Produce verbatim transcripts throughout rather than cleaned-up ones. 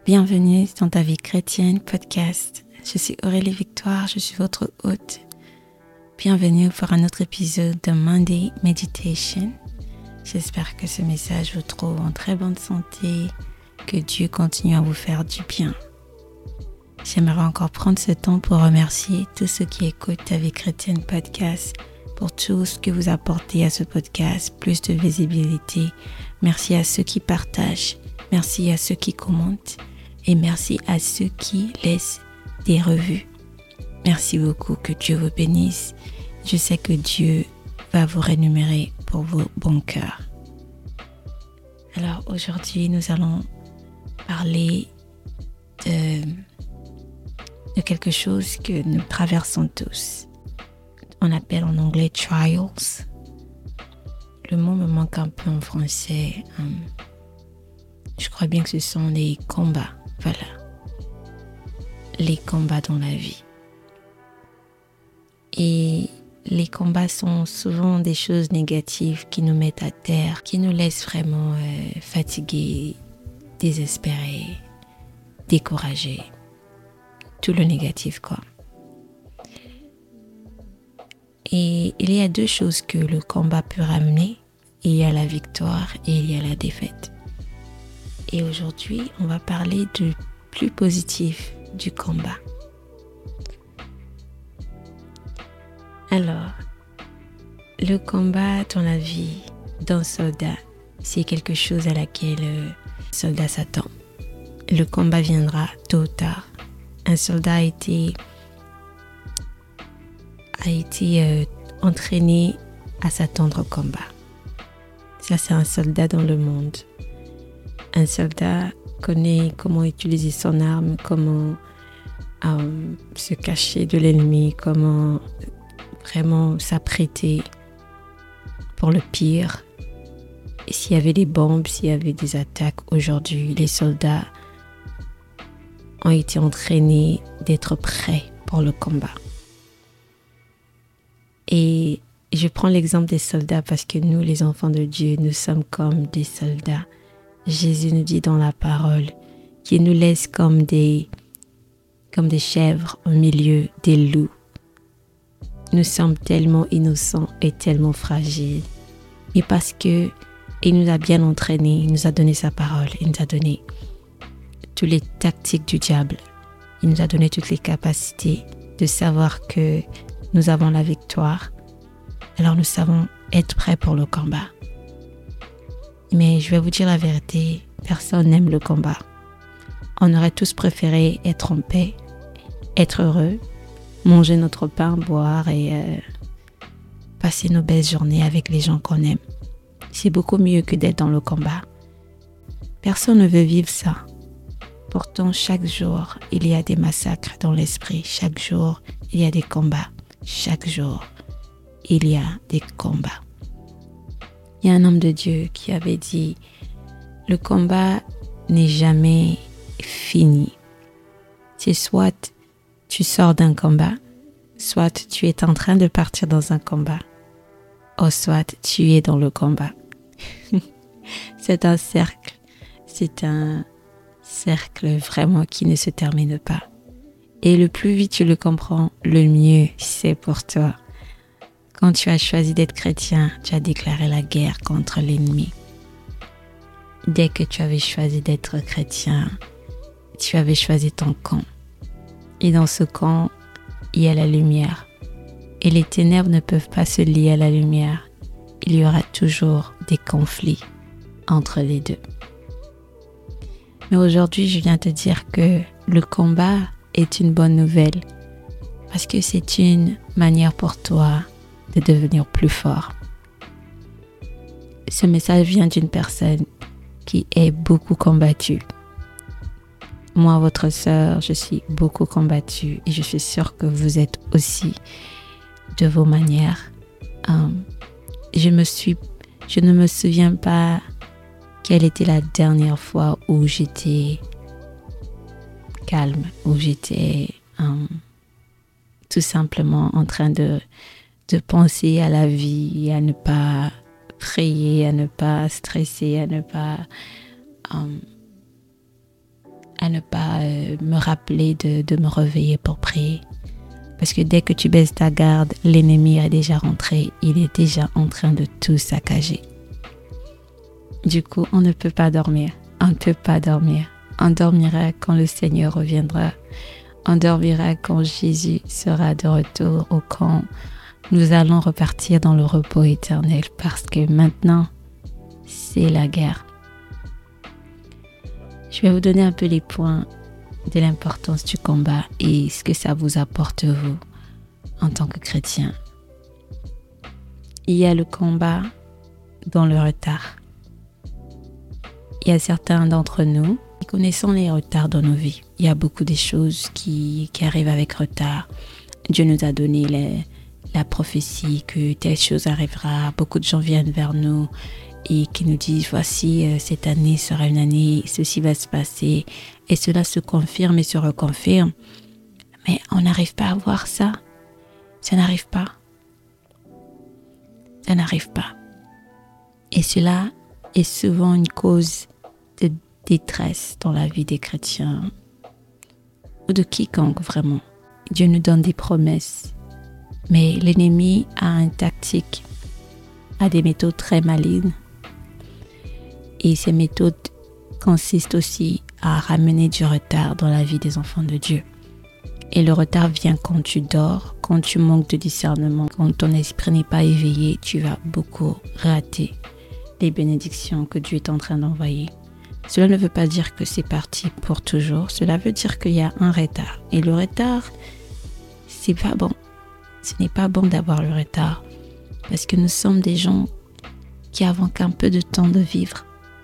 Bienvenue dans ta vie chrétienne podcast. Je suis Aurélie Victoire, je suis votre hôte. Bienvenue pour un autre épisode de Monday Meditation. J'espère que ce message vous trouve en très bonne santé, que Dieu continue à vous faire du bien. J'aimerais encore prendre ce temps pour remercier tous ceux qui écoutent ta vie chrétienne podcast pour tout ce que vous apportez à ce podcast, plus de visibilité. Merci à ceux qui partagent, merci à ceux qui commentent. Et merci à ceux qui laissent des revues. Merci beaucoup, que Dieu vous bénisse. Je sais que Dieu va vous rémunérer pour vos bons cœurs. Alors aujourd'hui, nous allons parler de, de quelque chose que nous traversons tous. On appelle en anglais trials. Le mot me manque un peu en français. Hum, je crois bien que ce sont les combats. Voilà, les combats dans la vie. Et les combats sont souvent des choses négatives qui nous mettent à terre, qui nous laissent vraiment euh, fatigués, désespérés, découragés. Tout le négatif, quoi. Et il y a deux choses que le combat peut ramener. Il y a la victoire et il y a la défaite. Et aujourd'hui, on va parler du plus positif du combat. Alors, le combat dans la vie d'un soldat, c'est quelque chose à laquelle le soldat s'attend. Le combat viendra tôt ou tard. Un soldat a été, a été euh, entraîné à s'attendre au combat. Ça, c'est un soldat dans le monde. Un soldat connaît comment utiliser son arme, comment euh, se cacher de l'ennemi, comment vraiment s'apprêter pour le pire. Et s'il y avait des bombes, s'il y avait des attaques, aujourd'hui, les soldats ont été entraînés d'être prêts pour le combat. Et je prends l'exemple des soldats parce que nous, les enfants de Dieu, nous sommes comme des soldats. Jésus nous dit dans la parole qu'il nous laisse comme des, comme des chèvres au milieu des loups. Nous sommes tellement innocents et tellement fragiles. Mais parce que il nous a bien entraînés, il nous a donné sa parole, il nous a donné toutes les tactiques du diable. Il nous a donné toutes les capacités de savoir que nous avons la victoire. Alors nous savons être prêts pour le combat. Mais je vais vous dire la vérité, personne n'aime le combat. On aurait tous préféré être en paix, être heureux, manger notre pain, boire et euh, passer nos belles journées avec les gens qu'on aime. C'est beaucoup mieux que d'être dans le combat. Personne ne veut vivre ça. Pourtant, chaque jour, il y a des massacres dans l'esprit. Chaque jour, il y a des combats. Chaque jour, il y a des combats. Il y a un homme de Dieu qui avait dit « Le combat n'est jamais fini. C'est soit tu sors d'un combat, soit tu es en train de partir dans un combat, ou soit tu es dans le combat. » C'est un cercle, c'est un cercle vraiment qui ne se termine pas. Et le plus vite tu le comprends, le mieux c'est pour toi. Quand tu as choisi d'être chrétien, tu as déclaré la guerre contre l'ennemi. Dès que tu avais choisi d'être chrétien, tu avais choisi ton camp. Et dans ce camp, il y a la lumière. Et les ténèbres ne peuvent pas se lier à la lumière. Il y aura toujours des conflits entre les deux. Mais aujourd'hui, je viens te dire que le combat est une bonne nouvelle. Parce que c'est une manière pour toi de devenir plus fort. Ce message vient d'une personne qui est beaucoup combattue. Moi, votre sœur, je suis beaucoup combattue et je suis sûre que vous êtes aussi de vos manières. Um, je me suis, je ne me souviens pas quelle était la dernière fois où j'étais calme, où j'étais um, tout simplement en train de de penser à la vie, à ne pas prier, à ne pas stresser, à ne pas um, à ne pas euh, me rappeler de, de me réveiller pour prier. Parce que dès que tu baisses ta garde, l'ennemi est déjà rentré. Il est déjà en train de tout saccager. Du coup, on ne peut pas dormir. On ne peut pas dormir. On dormira quand le Seigneur reviendra. On dormira quand Jésus sera de retour ou quand nous allons repartir dans le repos éternel. Parce que maintenant, c'est la guerre. Je vais vous donner un peu les points de l'importance du combat et ce que ça vous apporte vous en tant que chrétien. Il y a le combat dans le retard. Il y a certains d'entre nous qui connaissent les retards dans nos vies. Il y a beaucoup de choses qui, qui arrivent avec retard. Dieu nous a donné les, la prophétie que telle chose arrivera. Beaucoup de gens viennent vers nous et qui nous disent voici euh, cette année sera une année, ceci va se passer et cela se confirme et se reconfirme. Mais on n'arrive pas à voir ça. Ça n'arrive pas. Ça n'arrive pas. Et cela est souvent une cause de détresse dans la vie des chrétiens ou de quiconque vraiment. Dieu nous donne des promesses, mais l'ennemi a une tactique, a des méthodes très malignes. Et ces méthodes consistent aussi à ramener du retard dans la vie des enfants de Dieu. Et le retard vient quand tu dors, quand tu manques de discernement, quand ton esprit n'est pas éveillé, tu vas beaucoup rater les bénédictions que Dieu est en train d'envoyer. Cela ne veut pas dire que c'est parti pour toujours, cela veut dire qu'il y a un retard. Et le retard, c'est pas bon. Ce n'est pas bon d'avoir le retard, parce que nous sommes des gens qui avons qu'un peu de temps de vivre.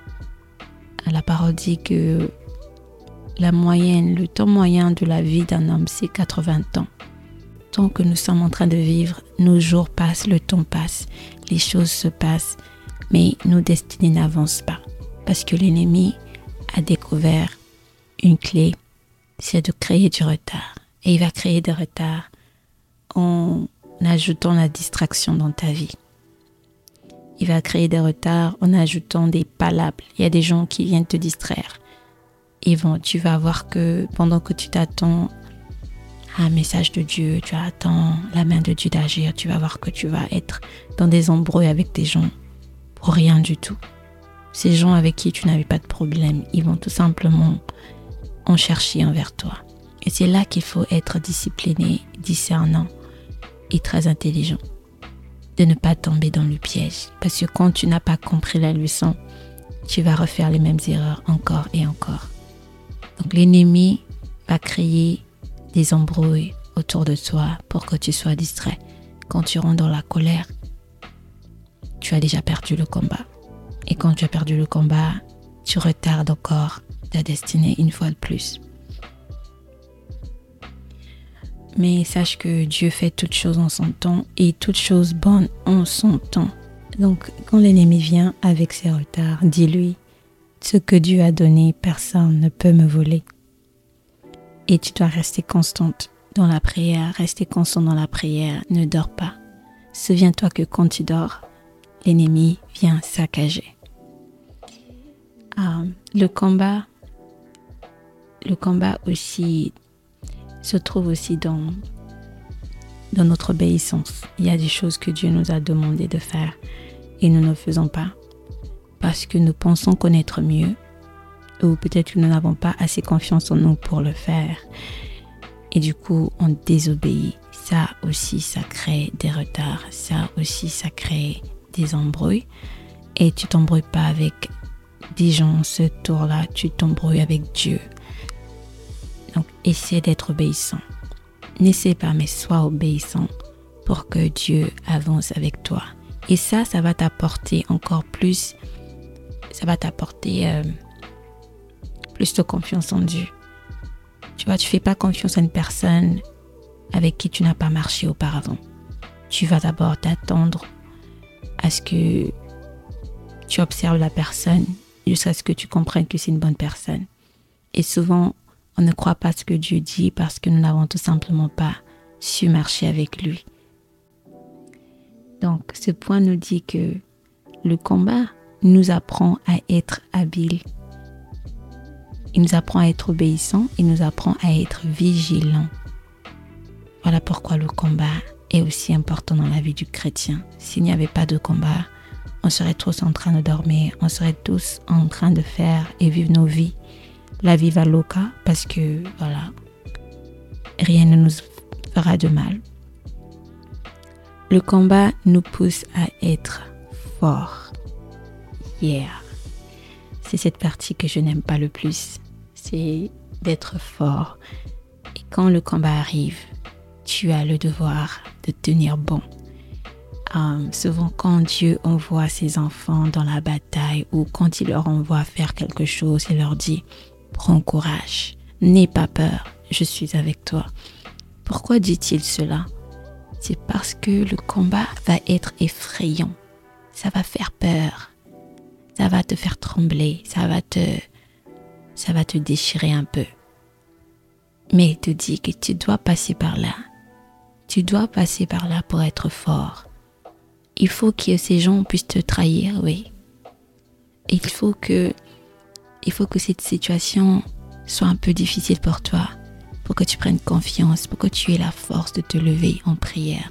La parole dit que la moyenne, le temps moyen de la vie d'un homme, c'est quatre-vingts ans. Tant que nous sommes en train de vivre, nos jours passent, le temps passe, les choses se passent, mais nos destinées n'avancent pas. Parce que l'ennemi a découvert une clé, c'est de créer du retard. Et il va créer des retards en ajoutant la distraction dans ta vie. Il va créer des retards en ajoutant des palabres. Il y a des gens qui viennent te distraire. Et bon, tu vas voir que pendant que tu t'attends à un message de Dieu, tu attends la main de Dieu d'agir, tu vas voir que tu vas être dans des embrouilles avec des gens pour rien du tout. Ces gens avec qui tu n'avais pas de problème, ils vont tout simplement en chercher envers toi. Et c'est là qu'il faut être discipliné, discernant et très intelligent. De ne pas tomber dans le piège. Parce que quand tu n'as pas compris la leçon, tu vas refaire les mêmes erreurs encore et encore. Donc l'ennemi va créer des embrouilles autour de toi pour que tu sois distrait. Quand tu rentres dans la colère, tu as déjà perdu le combat. Et quand tu as perdu le combat, tu retardes encore ta destinée une fois de plus. Mais sache que Dieu fait toutes choses en son temps et toutes choses bonnes en son temps. Donc, quand l'ennemi vient avec ses retards, dis-lui, ce que Dieu a donné, personne ne peut me voler. Et tu dois rester constante dans la prière, rester constant dans la prière, ne dors pas. Souviens-toi que quand tu dors, l'ennemi vient saccager. Euh, le combat, le combat aussi se trouve aussi dans, dans notre obéissance. Il y a des choses que Dieu nous a demandé de faire et nous ne le faisons pas parce que nous pensons connaître mieux ou peut-être que nous n'avons pas assez confiance en nous pour le faire et du coup on désobéit. Ça aussi, ça crée des retards, ça aussi, ça crée des embrouilles et tu t'embrouilles pas avec des gens ce tour-là, tu t'embrouilles avec Dieu. Donc, essaie d'être obéissant. N'essaie pas, mais sois obéissant pour que Dieu avance avec toi. Et ça, ça va t'apporter encore plus, ça va t'apporter euh, plus de confiance en Dieu. Tu vois, tu ne fais pas confiance à une personne avec qui tu n'as pas marché auparavant. Tu vas d'abord t'attendre à ce que tu observes la personne jusqu'à ce que tu comprennes que c'est une bonne personne. Et souvent, on ne croit pas ce que Dieu dit parce que nous n'avons tout simplement pas su marcher avec lui. Donc, ce point nous dit que le combat nous apprend à être habiles. Il nous apprend à être obéissants, il nous apprend à être vigilants. Voilà pourquoi le combat est aussi important dans la vie du chrétien. S'il n'y avait pas de combat, on serait tous en train de dormir, on serait tous en train de faire et vivre nos vies. La viva loca, parce que voilà, rien ne nous fera de mal. Le combat nous pousse à être forts. Yeah. C'est cette partie que je n'aime pas le plus. C'est d'être fort. Et quand le combat arrive, tu as le devoir de tenir bon. Um, souvent quand Dieu envoie ses enfants dans la bataille ou quand il leur envoie faire quelque chose, il leur dit « Prends courage, n'aie pas peur, je suis avec toi ». Pourquoi dit-il cela? C'est parce que le combat va être effrayant, ça va faire peur, ça va te faire trembler, ça va te, ça va te déchirer un peu. Mais il te dit que tu dois passer par là, tu dois passer par là pour être fort. Il faut que ces gens puissent te trahir, oui. Il faut que, il faut que cette situation soit un peu difficile pour toi, pour que tu prennes confiance, pour que tu aies la force de te lever en prière.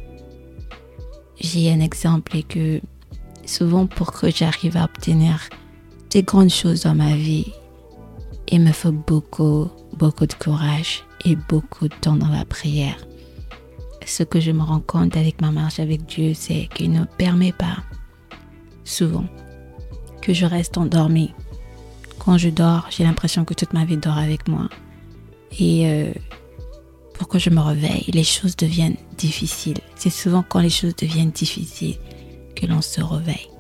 J'ai un exemple et que souvent pour que j'arrive à obtenir des grandes choses dans ma vie, il me faut beaucoup, beaucoup de courage et beaucoup de temps dans la prière. Ce que je me rends compte avec ma marche avec Dieu, c'est qu'il ne permet pas souvent que je reste endormie. Quand je dors, j'ai l'impression que toute ma vie dort avec moi. Et euh, pour que je me réveille, les choses deviennent difficiles. C'est souvent quand les choses deviennent difficiles que l'on se réveille.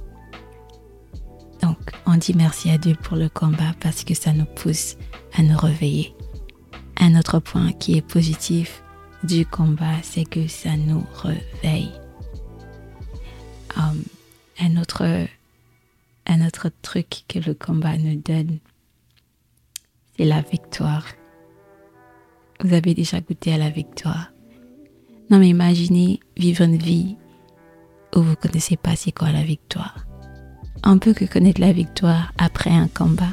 Donc, on dit merci à Dieu pour le combat parce que ça nous pousse à nous réveiller. Un autre point qui est positif du combat, c'est que ça nous réveille. Um, un autre, un autre truc que le combat nous donne, c'est la victoire. Vous avez déjà goûté à la victoire? Non, mais imaginez vivre une vie où vous ne connaissez pas c'est quoi la victoire. On peut que connaître la victoire après un combat.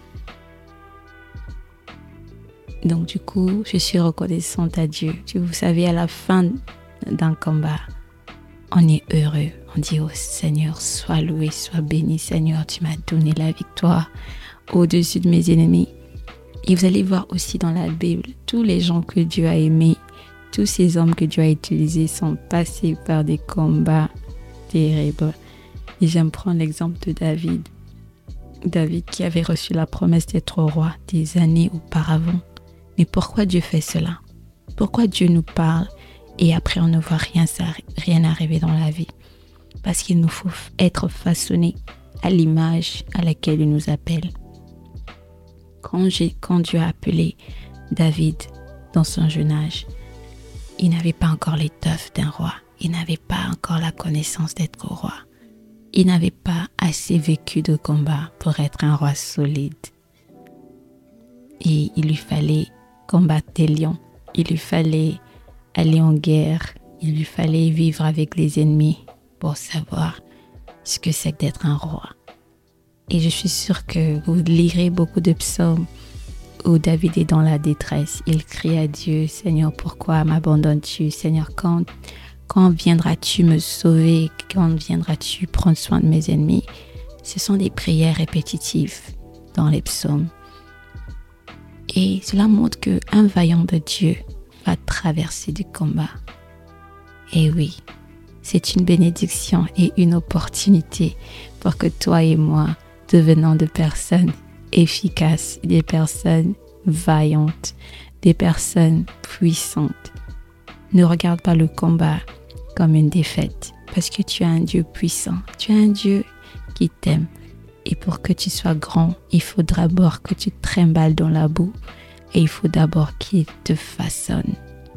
Donc du coup, je suis reconnaissante à Dieu. Vous savez, à la fin d'un combat, on est heureux. On dit au Seigneur, sois loué, sois béni. Seigneur, tu m'as donné la victoire au-dessus de mes ennemis. Et vous allez voir aussi dans la Bible, tous les gens que Dieu a aimés, tous ces hommes que Dieu a utilisés sont passés par des combats terribles. Et j'aime prendre l'exemple de David. David qui avait reçu la promesse d'être roi des années auparavant. Mais pourquoi Dieu fait cela? Pourquoi Dieu nous parle et après on ne voit rien, rien arriver dans la vie? Parce qu'il nous faut être façonnés à l'image à laquelle il nous appelle. Quand, j'ai, quand Dieu a appelé David dans son jeune âge, il n'avait pas encore l'étoffe d'un roi. Il n'avait pas encore la connaissance d'être roi. Il n'avait pas assez vécu de combat pour être un roi solide. Et il lui fallait combattre des lions. Il lui fallait aller en guerre. Il lui fallait vivre avec les ennemis pour savoir ce que c'est que d'être un roi. Et je suis sûre que vous lirez beaucoup de psaumes où David est dans la détresse. Il crie à Dieu, « Seigneur, pourquoi m'abandonnes-tu? Seigneur, quand, quand viendras-tu me sauver? Quand viendras-tu prendre soin de mes ennemis ?» Ce sont des prières répétitives dans les psaumes. Et cela montre qu'un vaillant de Dieu va traverser du combat. Et oui, c'est une bénédiction et une opportunité pour que toi et moi devenons des personnes efficaces, des personnes vaillantes, des personnes puissantes. Ne regarde pas le combat comme une défaite parce que tu as un Dieu puissant, tu as un Dieu qui t'aime. Et pour que tu sois grand, il faut d'abord que tu te trimbales dans la boue et il faut d'abord qu'il te façonne.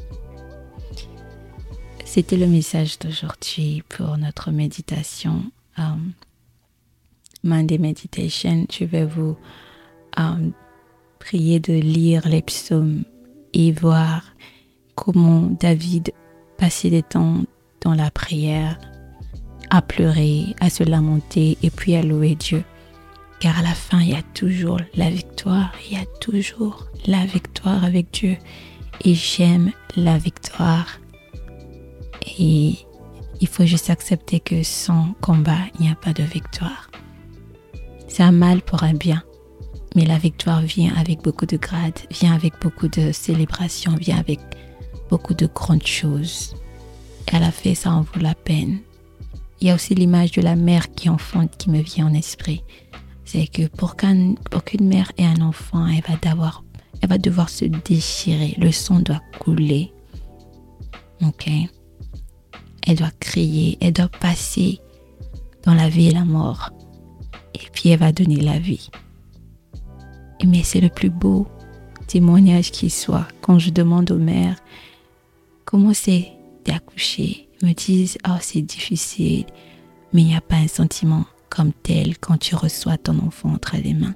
C'était le message d'aujourd'hui pour notre méditation. Um, Monday Meditation, je vais vous um, prier de lire les psaumes et voir comment David passait des temps dans la prière, à pleurer, à se lamenter et puis à louer Dieu. Car à la fin, il y a toujours la victoire. Il y a toujours la victoire avec Dieu. Et j'aime la victoire. Et il faut juste accepter que sans combat, il n'y a pas de victoire. C'est un mal pour un bien. Mais la victoire vient avec beaucoup de grades, vient avec beaucoup de célébrations, vient avec beaucoup de grandes choses. Et à la fin, ça en vaut la peine. Il y a aussi l'image de la mère qui enfante qui me vient en esprit. C'est que pour, qu'un, pour qu'une mère ait un enfant, elle va, devoir, elle va devoir se déchirer. Le sang doit couler. Ok? Elle doit crier, elle doit passer dans la vie et la mort. Et puis elle va donner la vie. Mais c'est le plus beau témoignage qui soit. Quand je demande aux mères comment c'est d'accoucher, ils me disent « Oh, c'est difficile, mais il n'y a pas un sentiment comme tel quand tu reçois ton enfant entre les mains. »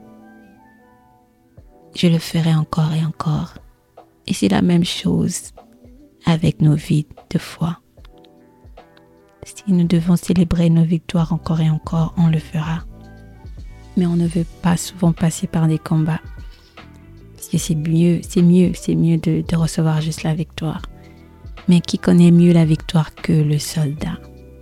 Je le ferai encore et encore. Et c'est la même chose avec nos vies de foi. Si nous devons célébrer nos victoires encore et encore, on le fera. Mais on ne veut pas souvent passer par des combats. Parce que c'est mieux, c'est mieux, c'est mieux de, de recevoir juste la victoire. Mais qui connaît mieux la victoire que le soldat?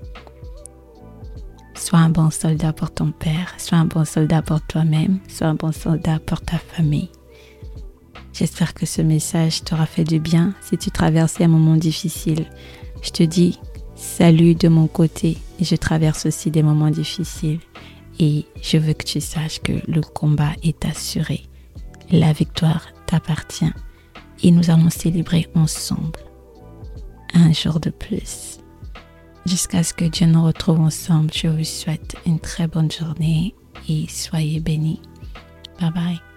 Sois un bon soldat pour ton père, sois un bon soldat pour toi-même, sois un bon soldat pour ta famille. J'espère que ce message t'aura fait du bien si tu traversais un moment difficile. Je te dis salut de mon côté. Je traverse aussi des moments difficiles. Et je veux que tu saches que le combat est assuré. La victoire t'appartient. Et nous allons célébrer ensemble. Un jour de plus. Jusqu'à ce que Dieu nous retrouve ensemble, je vous souhaite une très bonne journée et soyez bénis. Bye bye.